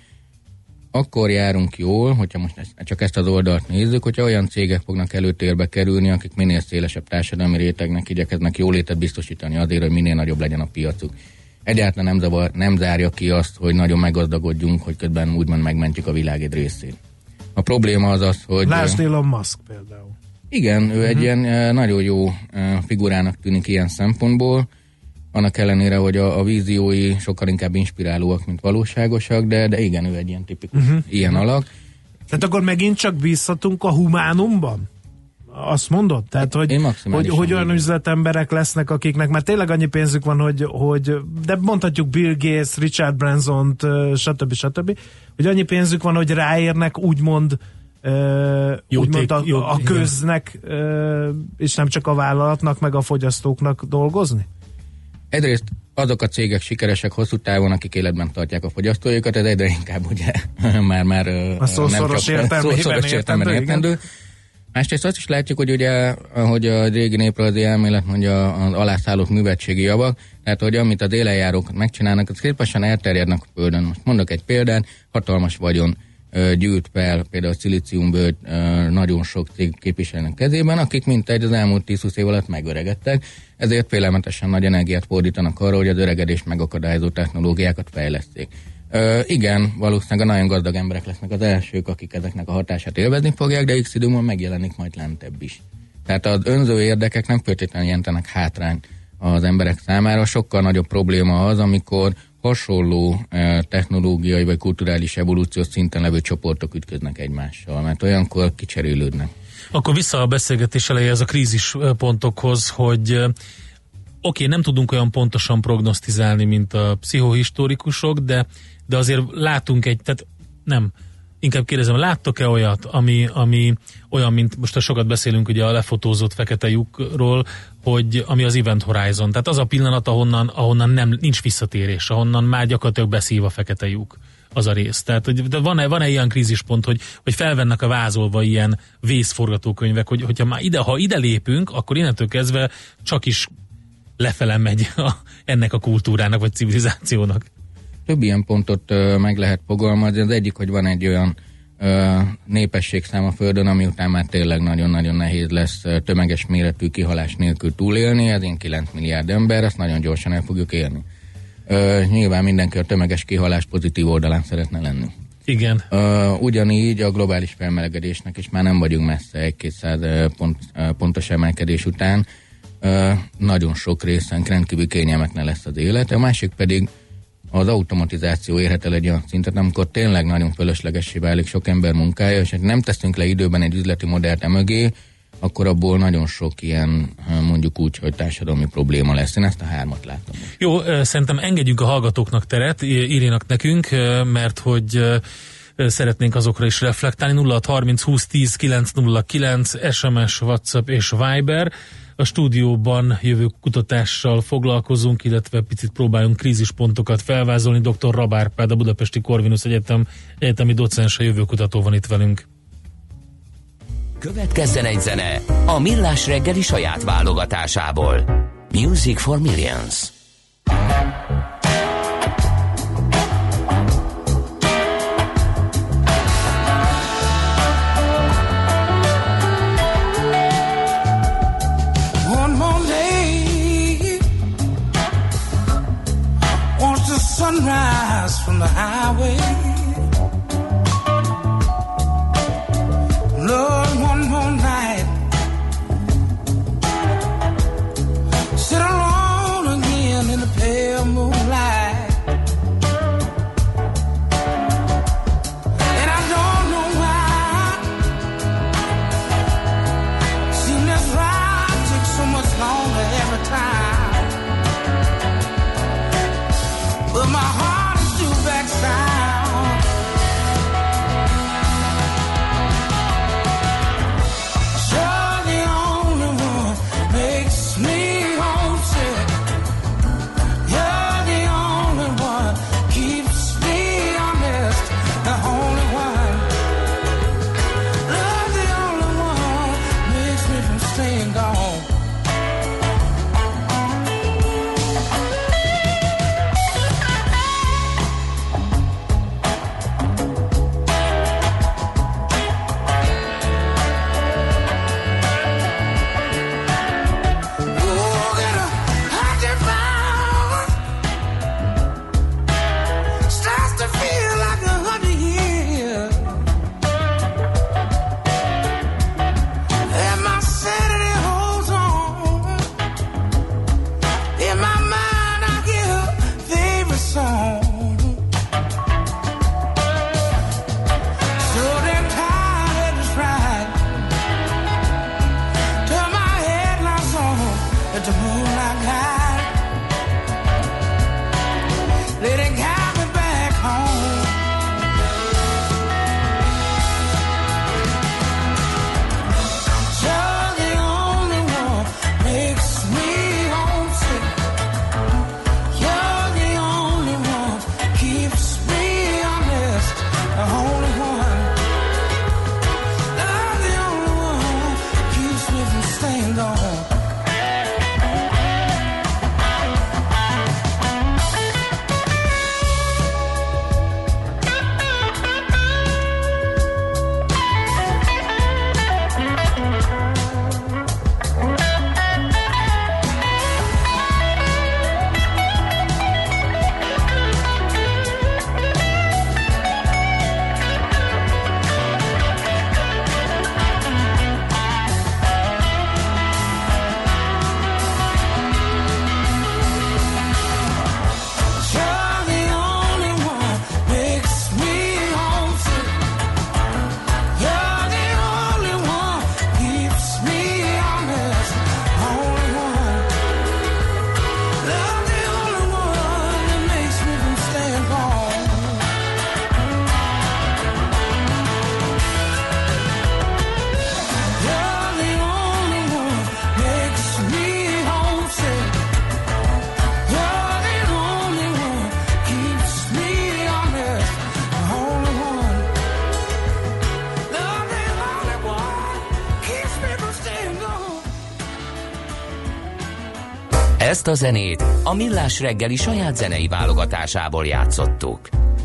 akkor járunk jól, hogyha most csak ezt az oldalt nézzük, hogyha olyan cégek fognak előtérbe kerülni, akik minél szélesebb társadalmi rétegnek igyekeznek jólétet biztosítani azért, hogy minél nagyobb legyen a piacuk. Egyáltalán nem, zavar, nem zárja ki azt, hogy nagyon meggazdagodjunk, hogy közben úgymond megmentjük a világ egy részét. A probléma az az, hogy... Lásd Elon Musk például. Igen, ő uh-huh. egy ilyen nagyon jó figurának tűnik ilyen szempontból, annak ellenére, hogy a, a víziói sokkal inkább inspirálóak, mint valóságosak, de, de igen, ő egy ilyen tipikus uh-huh. ilyen alak. Tehát akkor megint csak bízhatunk a humánumban? Azt mondod? Tehát, hogy, hogy, hogy olyan üzletemberek lesznek, akiknek már tényleg annyi pénzük van, hogy, hogy de mondhatjuk Bill Gates, Richard Bransont, stb. stb. Hogy annyi pénzük van, hogy ráérnek úgymond Uh, úgymond a, jó, a köznek uh, és nem csak a vállalatnak meg a fogyasztóknak dolgozni? Egyrészt azok a cégek sikeresek hosszú távon, akik életben tartják a fogyasztóikat, ez egyre inkább ugye már-már a szószoros értelmében értendő. értendő. Másrészt azt is látjuk, hogy ugye, ahogy a régi néprajzi elmélet mondja, az alászállott művetségi javak, tehát hogy amit az élenjárók megcsinálnak, az képesen elterjednek a földön. Most mondok egy példát, hatalmas vagyon gyűjt fel, például a szilíciumből nagyon sok cég képviselőnek kezében, akik mintegy az elmúlt tíz-húsz év alatt megöregedtek, ezért félelmetesen nagy energiát fordítanak arra, hogy az öregedést megakadályozó technológiákat fejleszték. Uh, igen, valószínűleg a nagyon gazdag emberek lesznek az elsők, akik ezeknek a hatását élvezni fogják, de x időben megjelenik majd lentebb is. Tehát az önző érdekek nem feltétlenül jelentenek hátrányt az emberek számára, sokkal nagyobb probléma az, amikor hasonló eh, technológiai vagy kulturális evolúciós szinten levő csoportok ütköznek egymással, mert olyankor kicserélődnek. Akkor vissza a beszélgetés elejéhez a krízis pontokhoz, hogy oké, okay, nem tudunk olyan pontosan prognosztizálni, mint a pszichohistorikusok, de, de azért látunk egy, tehát nem, inkább kérdezem, láttok-e olyat, ami, ami olyan, mint most sokat beszélünk ugye a lefotózott fekete lyukról, hogy ami az Event Horizon, tehát az a pillanat, ahonnan, ahonnan nem, nincs visszatérés, ahonnan már gyakorlatilag beszív a fekete lyuk, az a rész. Tehát hogy, de van-e, van-e ilyen krízispont, hogy, hogy felvennek a vázolva ilyen vészforgatókönyvek, hogy hogyha már ide, ha ide lépünk, akkor innentől kezdve csak is lefele megy a, ennek a kultúrának vagy civilizációnak. Több ilyen pontot ö, meg lehet fogalmazni. Az egyik, hogy van egy olyan ö, népességszám a Földön, ami után már tényleg nagyon-nagyon nehéz lesz ö, tömeges méretű kihalás nélkül túlélni. Ez én kilenc milliárd ember, ezt nagyon gyorsan el fogjuk élni. Ö, nyilván mindenki a tömeges kihalás pozitív oldalán szeretne lenni. Igen. Ö, ugyanígy a globális felmelegedésnek is már nem vagyunk messze egy-kétszáz pont, pontos emelkedés után. Ö, nagyon sok részen rendkívül kényelmetlen lesz az élet. A másik pedig az automatizáció érhet el egy olyan szintet, amikor tényleg nagyon fölöslegessé válik sok ember munkája, és ha nem teszünk le időben egy üzleti modellt emögé, akkor abból nagyon sok ilyen, mondjuk úgy, hogy társadalmi probléma lesz. Én ezt a hármat látom. Jó, szerintem engedjünk a hallgatóknak teret, írjanak nekünk, mert hogy szeretnénk azokra is reflektálni. nulla hat harminc húsz tíz kilenc nulla kilenc, es em es, WhatsApp és Viber. A stúdióban jövő kutatással foglalkozunk, illetve picit próbálunk krízispontokat felvázolni. doktor Rab Árpád, a Budapesti Corvinus Egyetem egyetemi docens, a jövőkutató van itt velünk. Következzen egy zene a Millás reggeli saját válogatásából. Music for Millions. One more day, watch the sunrise from the highway. Lord, one more night, sit alone again in the pale moonlight. And I don't know why, seems this ride takes so much longer every time. But my heart is still backside. Ezt a zenét a Millás reggeli saját zenei válogatásából játszottuk.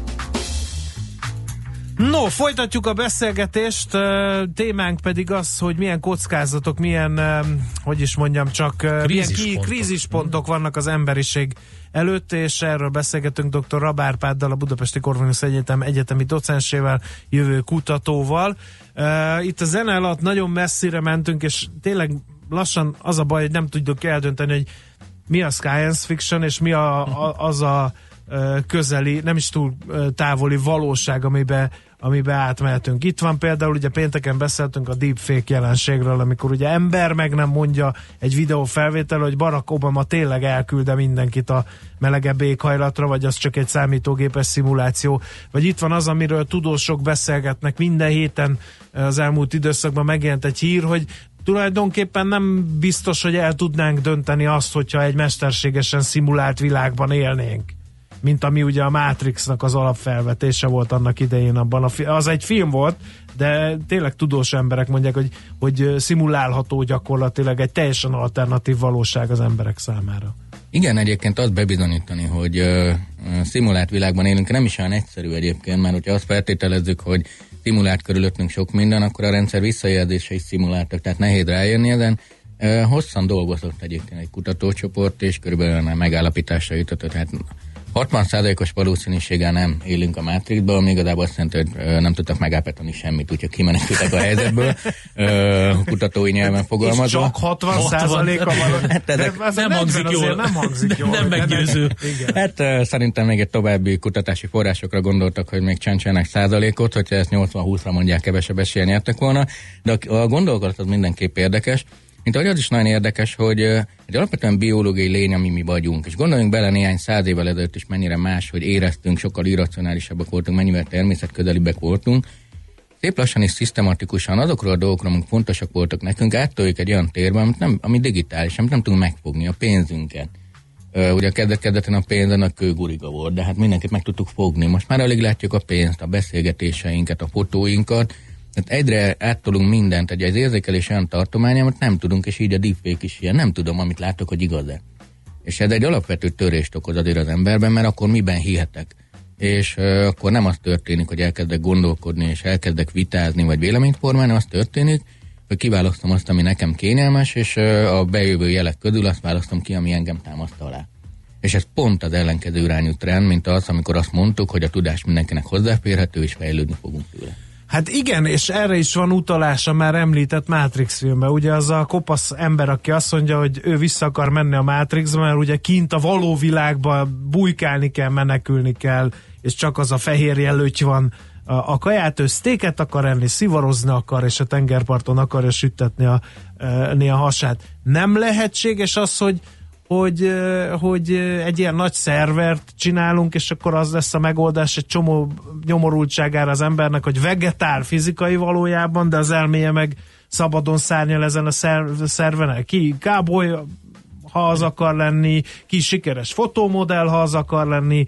No, folytatjuk a beszélgetést, témánk pedig az, hogy milyen kockázatok, milyen, hogy is mondjam, csak krízispontok. milyen krízispontok vannak az emberiség előtt, és erről beszélgetünk doktor Rab Árpáddal, a Budapesti Corvinus Egyetem egyetemi docensével, jövő kutatóval. Itt a zene alatt nagyon messzire mentünk, és tényleg lassan az a baj, hogy nem tudjuk eldönteni, hogy mi a science fiction, és mi a, a, az a közeli, nem is túl távoli valóság, amiben amiben átmehetünk. Itt van például, ugye pénteken beszéltünk a deepfake jelenségről, amikor ugye ember meg nem mondja egy videó felvétel, hogy Barack Obama tényleg elkülde mindenkit a melegebb éghajlatra, vagy az csak egy számítógépes szimuláció. Vagy itt van az, amiről tudósok beszélgetnek minden héten, az elmúlt időszakban megjelent egy hír, hogy tulajdonképpen nem biztos, hogy el tudnánk dönteni azt, hogyha egy mesterségesen szimulált világban élnénk. Mint ami ugye a Matrixnak az alapfelvetése volt annak idején abban. A fi- az egy film volt, de tényleg tudós emberek mondják, hogy, hogy szimulálható gyakorlatilag egy teljesen alternatív valóság az emberek számára. Igen, egyébként azt bebizonyítani, hogy uh, szimulált világban élünk, nem is olyan egyszerű egyébként, mert hogyha azt feltételezzük, hogy szimulált körülöttünk sok minden, akkor a rendszer visszajelzése is szimuláltak, tehát nehéz rájönni ezen. Uh, hosszan dolgozott egyébként egy kutatócsoport, és körülbelül a megállapításra jutott, tehát hatvan százalékos valószínűséggel nem élünk a Matrixban, még igazából azt jelenti, hogy ö, nem tudtak megállapítani semmit, úgyhogy kimenekültek a helyzetből, ö, kutatói nyelven fogalmazva. És csak hatvan százaléka van. Hát ezek nem, nem hangzik jól. Nem hangzik jól. Nem meggyőző. Hát ö, szerintem még egy további kutatási forrásokra gondoltak, hogy még csáncsának százalékot, hogyha ezt nyolcvan-húszra mondják, kevesebb esélye nyertek volna, de a, a gondolat az mindenképp érdekes. Mint ahogy az is nagyon érdekes, hogy egy alapvetően biológiai lény, ami mi vagyunk, és gondoljunk bele néhány száz évvel ezelőtt is mennyire más, hogy éreztünk, sokkal irracionálisabbak voltunk, mennyivel természetközelibbek voltunk. Szép lassan és szisztematikusan azokról a dolgokról, amik fontosak voltak nekünk, áttoljuk egy olyan térben, amit nem, ami digitális, amit nem tudunk megfogni, a pénzünket. Uh, ugye a kezdet-kezdetén a pénzen a kőguriga volt, de hát mindenkit meg tudtuk fogni. Most már alig látjuk a pénzt, a beszélgetéseinket, a fotóinkat. Tehát egyre áttolunk mindent, egy az érzékelés olyan tartomány, amit nem tudunk, és így a deepfake is ilyen. Nem tudom, amit látok, hogy igaz-e. És ez egy alapvető törést okoz azért az emberben, mert akkor miben hihetek. És uh, akkor nem az történik, hogy elkezdek gondolkodni, és elkezdek vitázni, vagy véleményt formálni, az történik, hogy kiválasztom azt, ami nekem kényelmes, és uh, a bejövő jelek közül azt választom ki, ami engem támaszt alá. És ez pont az ellenkező irányú trend, mint az, amikor azt mondtuk, hogy a tudás mindenkinek hozzáférhető, és fejlődni fogunk tőle. Hát igen, és erre is van utalása már említett Matrix filmben. Ugye az a kopasz ember, aki azt mondja, hogy ő vissza akar menni a Matrixba, mert ugye kint a való világban bujkálni kell, menekülni kell, és csak az a fehér jelölty van a, a kaját, ő sztéket akar enni, szivarozni akar, és a tengerparton akarja süttetni a, a, a hasát. Nem lehetséges az, hogy Hogy, hogy egy ilyen nagy szervert csinálunk, és akkor az lesz a megoldás egy csomó nyomorultságára az embernek, hogy vegetál fizikai valójában, de az elméje meg szabadon szárnyal ezen a szerven. Ki káboly, ha az akar lenni, ki sikeres fotómodell, ha az akar lenni,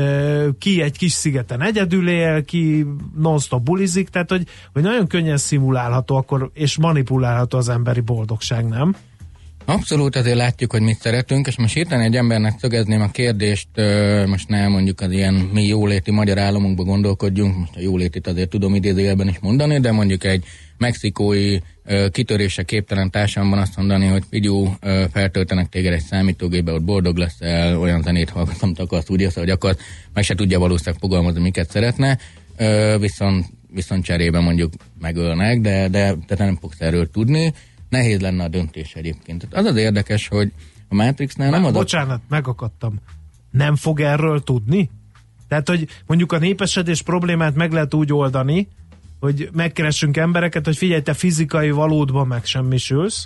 ki egy kis szigeten egyedül él, ki non-stop bulizik, tehát hogy, hogy nagyon könnyen szimulálható akkor, és manipulálható az emberi boldogság, nem? Abszolút, azért látjuk, hogy mit szeretünk, és most hirtelen egy embernek szögezném a kérdést, most ne mondjuk az ilyen mi jóléti magyar államunkba gondolkodjunk, most a jólétit azért tudom idézőjelben is mondani, de mondjuk egy mexikói kitörése képtelen társamban azt mondani, hogy figyú, feltöltenek téged egy számítógépbe, ott boldog leszel, olyan zenét hallgatom, akarsz, úgy érsz, hogy akarsz, meg se tudja valószínűleg fogalmazni, miket szeretne, viszont, viszont cserében mondjuk megölnek, de, de te nem fogsz erről tudni. Nehéz lenne a döntés egyébként. Az az érdekes, hogy a Matrixnál nem az... Bocsánat, megakadtam. Nem fog erről tudni? Tehát, hogy mondjuk a népesedés problémát meg lehet úgy oldani, hogy megkeressünk embereket, hogy figyelj, te fizikai valódban megsemmisülsz,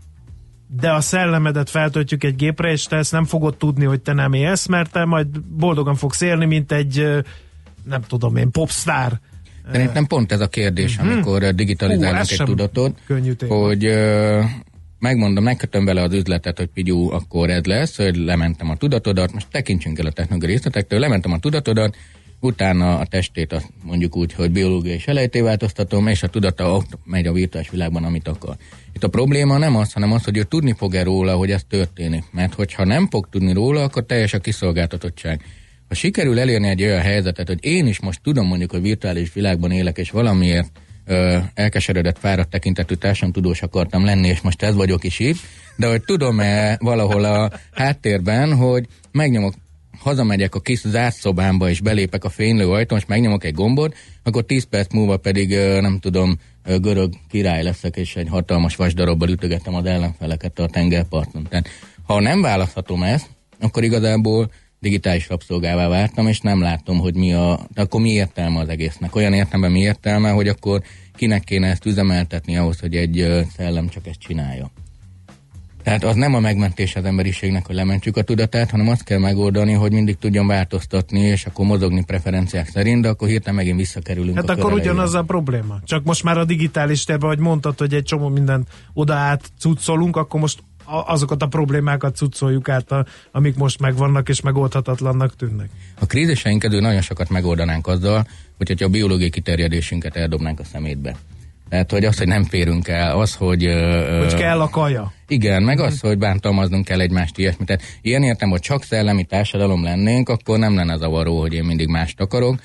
de a szellemedet feltöltjük egy gépre, és te ezt nem fogod tudni, hogy te nem élsz, mert te majd boldogan fogsz élni, mint egy, nem tudom én, popstar. Szerintem pont ez a kérdés, hmm. amikor digitalizálunk Hú, egy tudatot, hogy uh, megmondom, megkötöm vele az üzletet, hogy figyú, akkor ez lesz, hogy lementem a tudatodat, most tekintsünk el a technológiai részletektől, lementem a tudatodat, utána a testét azt mondjuk úgy, hogy biológiai selejté változtatom, és a tudata ott megy a virtuális világban, amit akar. Itt a probléma nem az, hanem az, hogy ő tudni fog-e róla, hogy ez történik. Mert hogyha nem fog tudni róla, akkor teljes a kiszolgáltatottság. Ha sikerül elérni egy olyan helyzetet, hogy én is most tudom mondjuk, hogy virtuális világban élek, és valamiért ö, elkeseredett, fáradt tekintetű társadalomtudós akartam lenni, és most ez vagyok is itt, de hogy tudom-e valahol a háttérben, hogy megnyomok, hazamegyek a kis zárt szobámba, és belépek a fénylő ajtón, és megnyomok egy gombot, akkor tíz perc múlva pedig ö, nem tudom, ö, görög király leszek, és egy hatalmas vasdarabbal ütögetem az ellenfeleket a tengerparton. Tehát ha nem választhatom ezt, akkor igazából digitális rabszolgává váltam, és nem látom, hogy mi a... De akkor mi értelme az egésznek? Olyan értelemben mi értelme, hogy akkor kinek kéne ezt üzemeltetni ahhoz, hogy egy szellem csak ezt csinálja. Tehát az nem a megmentés az emberiségnek, hogy lementjük a tudatát, hanem azt kell megoldani, hogy mindig tudjon változtatni, és akkor mozogni preferenciák szerint, de akkor hirtelen megint visszakerülünk. Hát a akkor ugyanaz a probléma. Csak most már a digitális térben, hogy mondtad, hogy egy csomó mindent oda át cuccolunk, akkor most azokat a problémákat cuccoljuk át, a, amik most megvannak és megoldhatatlannak tűnnek. A kríziseink közül nagyon sokat megoldanánk azzal, hogyha a biológiai kiterjedésünket eldobnánk a szemétbe. Tehát, hogy az, hogy nem férünk el, az, hogy... Hogy kell a kaja. Igen, meg az, hogy bántalmaznunk kell egymást, ilyesmit. Tehát ilyen értem, hogy csak szellemi társadalom lennénk, akkor nem lenne zavaró, hogy én mindig mást akarok.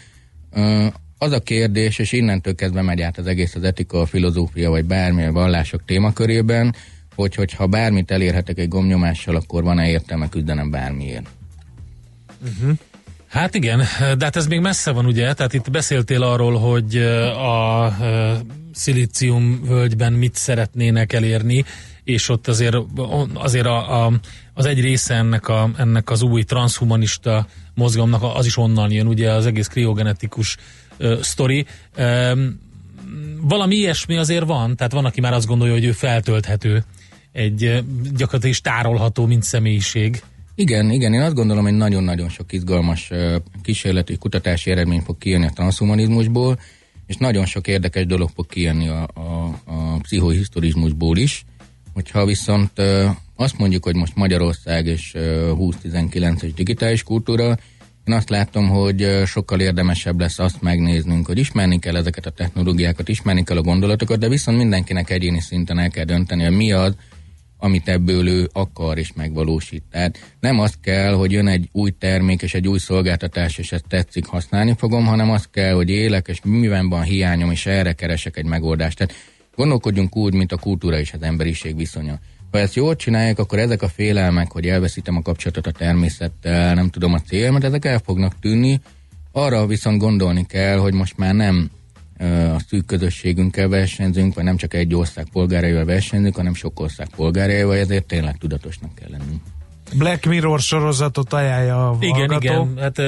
Az a kérdés, és innentől kezdve megy át az egész az etika, a filozófia, vagy bármilyen vallások témakörében, hogy hogyha bármit elérhetek egy gombnyomással, akkor van-e értelme küzdenem bármiért. Uh-huh. Hát igen, de hát ez még messze van, ugye? Tehát itt beszéltél arról, hogy a szilícium völgyben mit szeretnének elérni, és ott azért, azért a, a, az egy része ennek, a, ennek az új transhumanista mozgalomnak az is onnan jön, ugye az egész kriogenetikus uh, sztori. Um, valami ilyesmi azért van, tehát van, aki már azt gondolja, hogy ő feltölthető, egy uh, gyakorlatilag is tárolható, mint személyiség. Igen, igen, én azt gondolom, hogy nagyon-nagyon sok izgalmas uh, kísérleti kutatási eredmény fog kijönni a transhumanizmusból, és nagyon sok érdekes dolog fog kijönni a, a, a pszichohisztorizmusból is. Hogyha viszont uh, azt mondjuk, hogy most Magyarország és uh, húsz tizenkilences digitális kultúra, én azt látom, hogy uh, sokkal érdemesebb lesz azt megnéznünk, hogy ismerni kell ezeket a technológiákat, ismerni kell a gondolatokat, de viszont mindenkinek egyéni szinten el kell dönteni, hogy mi az, amit ebből ő akar és megvalósít. Tehát nem az kell, hogy jön egy új termék és egy új szolgáltatás, és ezt tetszik, használni fogom, hanem az kell, hogy élek, és miben van hiányom, és erre keresek egy megoldást. Tehát gondolkodjunk úgy, mint a kultúra és az emberiség viszonya. Ha ezt jól csinálják, akkor ezek a félelmek, hogy elveszítem a kapcsolatot a természettel, nem tudom a célmat, ezek el fognak tűnni. Arra viszont gondolni kell, hogy most már nem a szűk közösségünkkel versenyzünk, vagy nem csak egy ország polgáraival versenyzünk, hanem sok ország polgáraival, ezért tényleg tudatosnak kell lennünk. Black Mirror sorozatot ajánlja a igen, hallgató. Igen, hát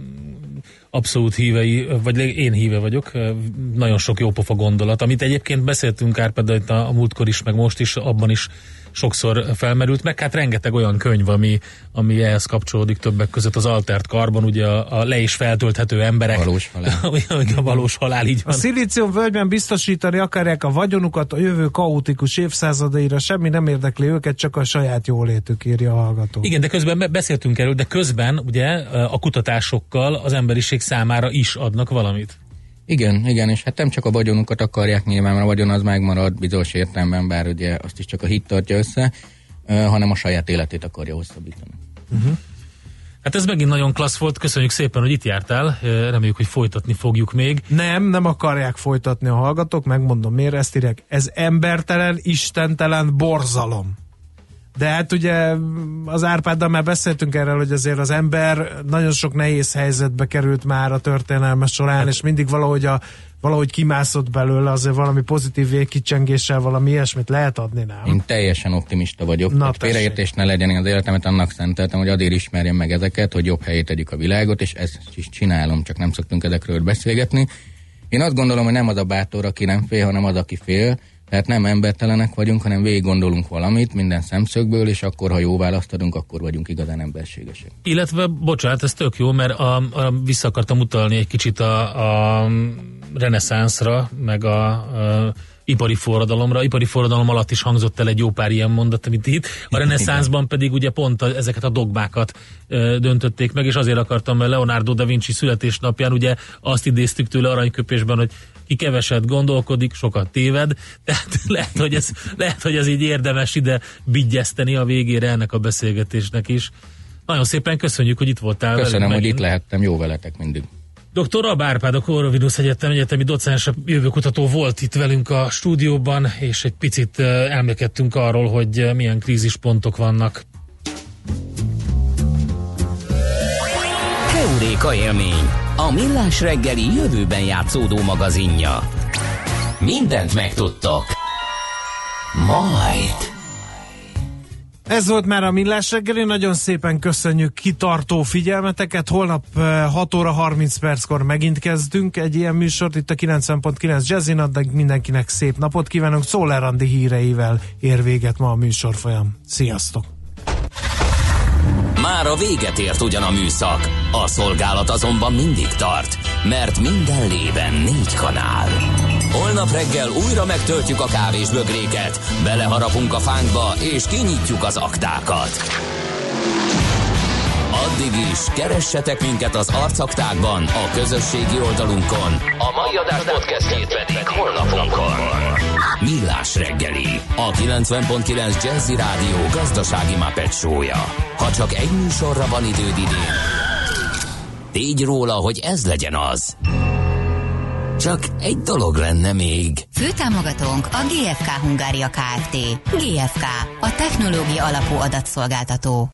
abszolút hívei, vagy én híve vagyok, nagyon sok jópofa gondolat, amit egyébként beszéltünk Árpád itt a, a múltkor is, meg most is, abban is sokszor felmerült, meg hát rengeteg olyan könyv, ami, ami ehhez kapcsolódik, többek között az Altert Carbon, ugye a, a le is feltölthető emberek. Valós halál. a valós halál, így van. A szilícium völgyben biztosítani akarják a vagyonukat a jövő kaotikus évszázadaira, semmi nem érdekli őket, csak a saját jólétük, írja a hallgató. Igen, de közben beszéltünk erről, de közben ugye a kutatásokkal az emberiség számára is adnak valamit. Igen, igen, és hát nem csak a vagyonukat akarják nyilván, mert a vagyon az megmarad bizonyos értelemben, bár ugye azt is csak a hit tartja össze, uh, hanem a saját életét akarja hosszabbítani. Uh-huh. Hát ez megint nagyon klassz volt, köszönjük szépen, hogy itt jártál, reméljük, hogy folytatni fogjuk még. Nem, nem akarják folytatni a hallgatók, megmondom miért, ezt írják, ez embertelen, istentelen borzalom. De hát ugye az Árpáddal már beszéltünk erről, hogy azért az ember nagyon sok nehéz helyzetbe került már a történelme során, hát, és mindig valahogy, a, valahogy kimászott belőle, azért valami pozitív végkicsengéssel valami ilyesmit lehet adni, nem? Én teljesen optimista vagyok. Na, félreértés ne legyen, én az életemet annak szenteltem, hogy azért ismerjem meg ezeket, hogy jobb helyét tegyük a világot, és ezt is csinálom, csak nem szoktunk ezekről beszélgetni. Én azt gondolom, hogy nem az a bátor, aki nem fél, hanem az, aki fél. Tehát nem embertelenek vagyunk, hanem végig gondolunk valamit minden szemszögből, és akkor, ha jó választ adunk, akkor vagyunk igazán emberségesek. Illetve, bocsánat, ez tök jó, mert a, a, vissza akartam utalni egy kicsit a, a reneszánszra, meg a, a ipari forradalomra. Ipari forradalom alatt is hangzott el egy jó pár ilyen mondat, amit itt. A reneszánszban pedig ugye pont a, ezeket a dogmákat ö, döntötték meg, és azért akartam, mert Leonardo da Vinci születésnapján ugye azt idéztük tőle aranyköpésben, hogy ki keveset gondolkodik, sokat téved, tehát lehet, hogy ez, lehet, hogy ez így érdemes ide vigyeszteni a végére ennek a beszélgetésnek is. Nagyon szépen köszönjük, hogy itt voltál. Köszönöm, hogy itt lehettem, jó veletek mindig. doktor Rab Árpád, a Corvinus Egyetem egyetemi docens, jövőkutató volt itt velünk a stúdióban, és egy picit elmélkedtünk arról, hogy milyen krízispontok vannak. Heuréka élmény, a Millás reggeli jövőben játszódó magazinja. Mindent megtudtok. Majd. Ez volt már a Millás reggeli, nagyon szépen köszönjük kitartó figyelmeteket. Holnap hat óra harminc perckor megint kezdünk egy ilyen műsort itt a kilencven pont kilenc Jazzin, addig mindenkinek szép napot kívánunk. Czoller Andi híreivel ér véget ma a műsorfolyam. Sziasztok! Már a véget ért ugyan a műszak, a szolgálat azonban mindig tart, mert minden lében négy kanál. Holnap reggel újra megtöltjük a kávésbögréket, beleharapunk a fánkba és kinyitjuk az aktákat. Addig is keressetek minket az arcaktákban, a közösségi oldalunkon, a mai adás podcastjét pedig holnapunkon. Millás reggeli, a kilencven pont kilenc Jazzy Rádió gazdasági Muppet show-ja. Ha csak egy műsorra van időd idén, tégy róla, hogy ez legyen az. Csak egy dolog lenne még. Főtámogatónk a gé ef ká Hungária Kft. gé ef ká, a technológia alapú adatszolgáltató.